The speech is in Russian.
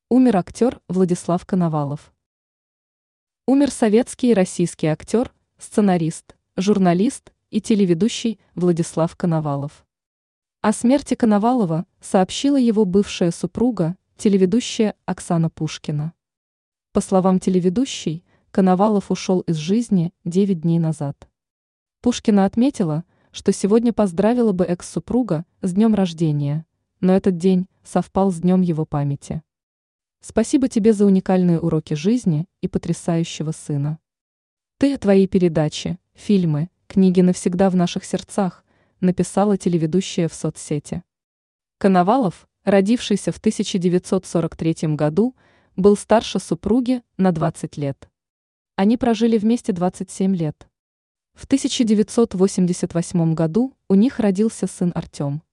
Умер актер Владислав Коновалов. Умер советский и российский актер, сценарист, журналист и телеведущий Владислав Коновалов. О смерти Коновалова сообщила его бывшая супруга, телеведущая Оксана Пушкина. По словам телеведущей, Коновалов ушел из жизни 9 дней назад. Пушкина отметила, что сегодня поздравила бы экс-супруга с днем рождения, но этот день совпал с днем его памяти. Спасибо тебе за уникальные уроки жизни и потрясающего сына. Ты и твои передачи, фильмы, книги навсегда в наших сердцах, написала телеведущая в соцсети. Коновалов, родившийся в 1943 году, был старше супруги на 20 лет. Они прожили вместе 27 лет. В 1988 году у них родился сын Артем.